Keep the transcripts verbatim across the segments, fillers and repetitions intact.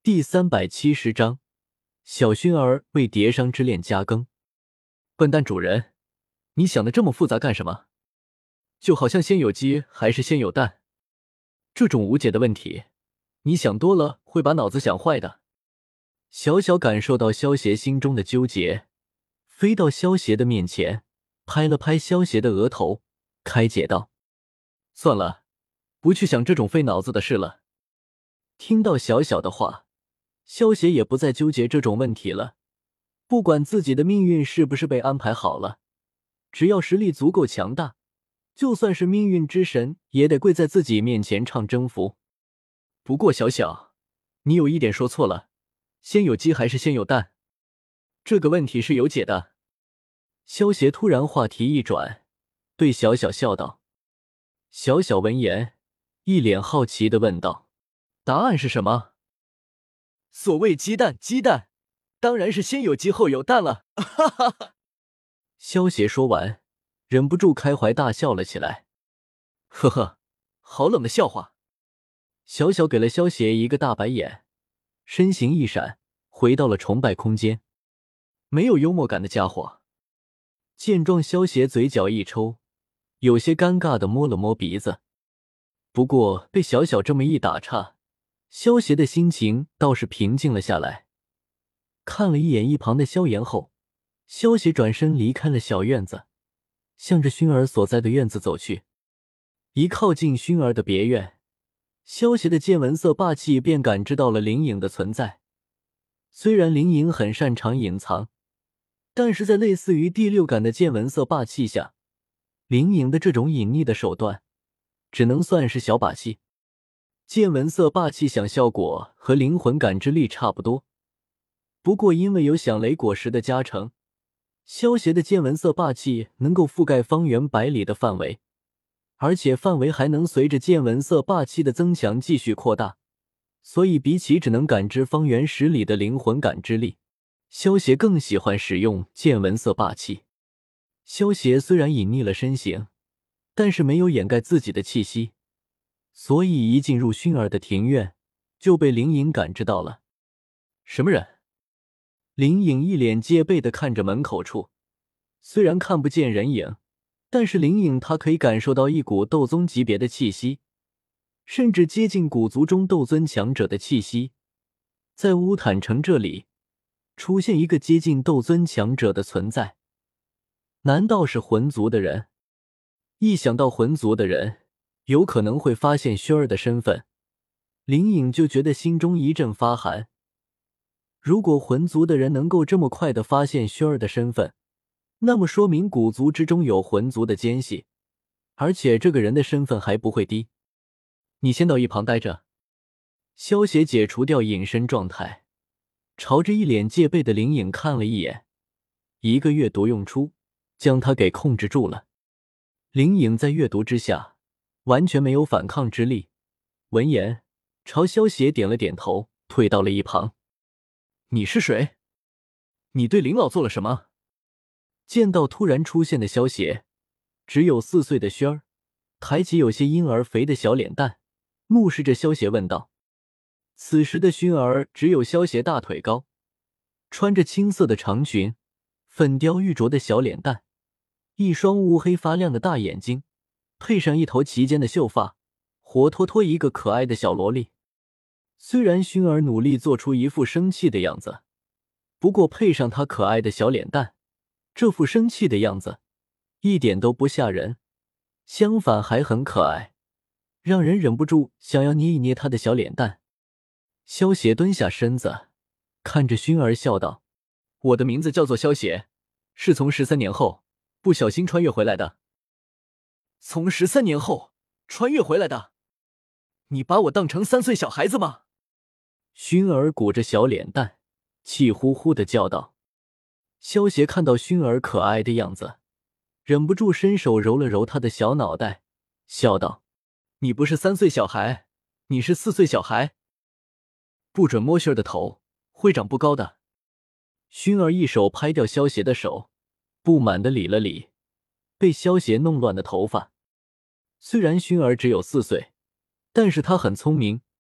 第三百七十章，小薰儿为蝶商之恋加更。笨蛋主人，你想的这么复杂干什么？就好像先有鸡还是先有蛋，这种无解的问题，你想多了会把脑子想坏的。小小感受到萧协心中的纠结，飞到萧协的面前，拍了拍萧协的额头，开解道：算了，不去想这种费脑子的事了。听到小小的话，萧协也不再纠结这种问题了，不管自己的命运是不是被安排好了，只要实力足够强大，就算是命运之神也得跪在自己面前唱征服。不过小小，你有一点说错了，先有鸡还是先有蛋？这个问题是有解的。萧协突然话题一转，对小小笑道。小小闻言，一脸好奇地问道：答案是什么？所谓鸡蛋，鸡蛋当然是先有鸡后有蛋了，哈哈哈！萧协说完，忍不住开怀大笑了起来。呵呵，好冷的笑话。小小给了萧协一个大白眼，身形一闪，回到了崇拜空间。没有幽默感的家伙。见状，萧协嘴角一抽，有些尴尬地摸了摸鼻子。不过被小小这么一打岔，萧协的心情倒是平静了下来。看了一眼一旁的萧炎后，萧协转身离开了小院子，向着薰儿所在的院子走去。一靠近薰儿的别院，萧协的见闻色霸气便感知到了灵影的存在。虽然灵影很擅长隐藏，但是在类似于第六感的见闻色霸气下，灵影的这种隐匿的手段只能算是小把戏。见闻色霸气想效果和灵魂感知力差不多，不过因为有响雷果实的加成，萧协的见闻色霸气能够覆盖方圆百里的范围，而且范围还能随着见闻色霸气的增强继续扩大，所以比起只能感知方圆十里的灵魂感知力，萧协更喜欢使用见闻色霸气。萧协虽然隐匿了身形，但是没有掩盖自己的气息，所以一进入薰儿的庭院就被灵影感知到了。什么人？灵影一脸戒备地看着门口处，虽然看不见人影，但是灵影他可以感受到一股斗宗级别的气息，甚至接近古族中斗尊强者的气息。在乌坦城这里出现一个接近斗尊强者的存在，难道是魂族的人？一想到魂族的人有可能会发现薰儿的身份，灵影就觉得心中一阵发寒。如果魂族的人能够这么快地发现薰儿的身份，那么说明古族之中有魂族的奸细，而且这个人的身份还不会低。你先到一旁待着。萧协解除掉隐身状态，朝着一脸戒备的灵影看了一眼，一个阅读用出，将他给控制住了。灵影在阅读之下完全没有反抗之力，闻言朝萧协点了点头，退到了一旁。你是谁？你对林老做了什么？见到突然出现的萧协，只有四岁的薰儿抬起有些婴儿肥的小脸蛋，目视着萧协问道。此时的薰儿只有萧协大腿高，穿着青色的长裙，粉雕玉琢的小脸蛋，一双乌黑发亮的大眼睛，配上一头齐肩的秀发，活脱脱一个可爱的小萝莉。虽然薰儿努力做出一副生气的样子，不过配上她可爱的小脸蛋，这副生气的样子一点都不吓人，相反还很可爱，让人忍不住想要捏一捏她的小脸蛋。萧协蹲下身子，看着薰儿笑道：我的名字叫做萧协，是从十三年后不小心穿越回来的。从十三年后穿越回来的？你把我当成三岁小孩子吗？薰儿鼓着小脸蛋，气呼呼地叫道。萧协看到薰儿可爱的样子，忍不住伸手揉了揉她的小脑袋，笑道：你不是三岁小孩，你是四岁小孩。不准摸薰儿的头，会长不高的。薰儿一手拍掉萧协的手，不满地理了理被萧协弄乱的头发。虽然薰儿只有四岁，但是她很聪明，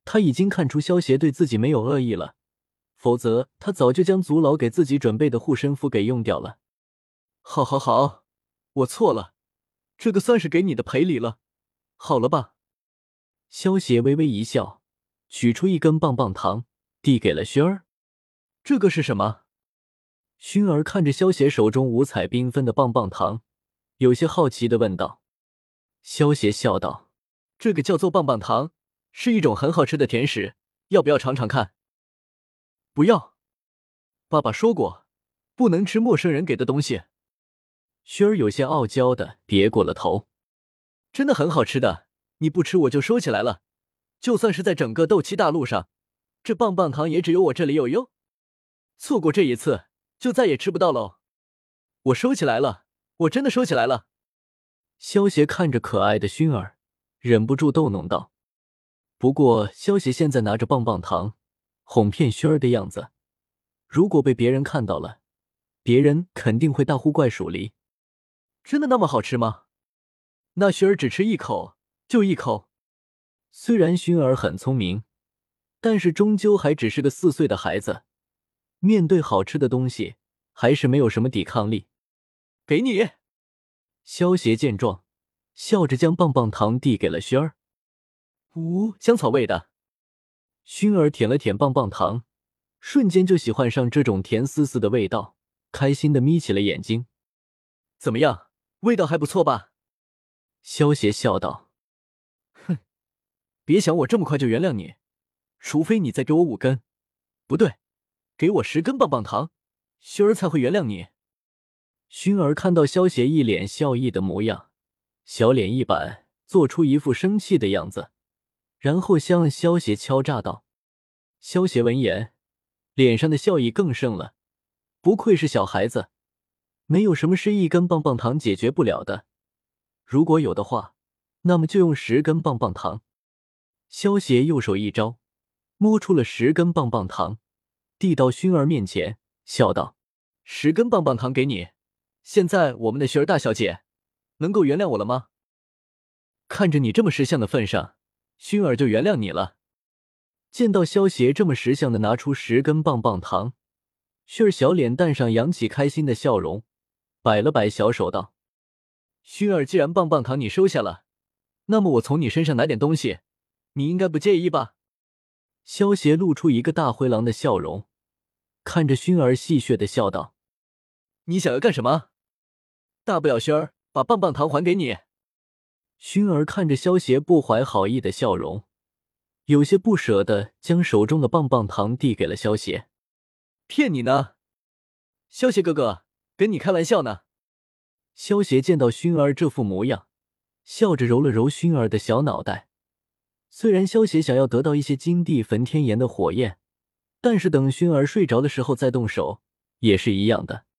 他已经看出萧协对自己没有恶意了，否则他早就将祖老给自己准备的护身符给用掉了。好好好，我错了，这个算是给你的赔礼了，好了吧？萧协微微一笑，取出一根棒棒糖，递给了薰儿。这个是什么？薰儿看着萧协手中五彩缤纷的棒棒糖，有些好奇地问道。萧协笑道：这个叫做棒棒糖，是一种很好吃的甜食，要不要尝尝看？不要，爸爸说过，不能吃陌生人给的东西。薰儿有些傲娇的别过了头。真的很好吃的，你不吃我就收起来了，就算是在整个斗气大陆上，这棒棒糖也只有我这里有哟。错过这一次，就再也吃不到喽。我收起来了，我真的收起来了。萧协看着可爱的薰儿，忍不住逗弄道。不过萧协现在拿着棒棒糖哄骗薰儿的样子，如果被别人看到了，别人肯定会大呼怪属狸。真的那么好吃吗？那薰儿只吃一口就一口。虽然薰儿很聪明，但是终究还只是个四岁的孩子，面对好吃的东西还是没有什么抵抗力。给你。萧协见状，笑着将棒棒糖递给了薰儿。呜，香草味的。薰儿舔了舔棒棒糖，瞬间就喜欢上这种甜丝丝的味道，开心地眯起了眼睛。怎么样，味道还不错吧？萧协笑道。哼，别想我这么快就原谅你，除非你再给我五根，不对，给我十根棒棒糖，薰儿才会原谅你。薰儿看到萧协一脸笑意的模样，小脸一板，做出一副生气的样子，然后向萧协敲诈道。萧协闻言，脸上的笑意更盛了，不愧是小孩子，没有什么是一根棒棒糖解决不了的，如果有的话，那么就用十根棒棒糖。萧协右手一招，摸出了十根棒棒糖，递到薰儿面前，笑道：十根棒棒糖给你，现在我们的薰儿大小姐能够原谅我了吗？看着你这么识相的份上，薰儿就原谅你了。见到萧协这么识相的拿出十根棒棒糖，薰儿小脸蛋上扬起开心的笑容，摆了摆小手道：薰儿，既然棒棒糖你收下了，那么我从你身上拿点东西，你应该不介意吧？萧协露出一个大灰狼的笑容，看着薰儿戏谑的笑道：你想要干什么？大不了薰儿把棒棒糖还给你。薰儿看着萧协不怀好意的笑容，有些不舍得将手中的棒棒糖递给了萧协。骗你呢，萧协哥哥，跟你开玩笑呢。萧协见到薰儿这副模样，笑着揉了揉薰儿的小脑袋。虽然萧协想要得到一些金地焚天炎的火焰，但是等薰儿睡着的时候再动手也是一样的。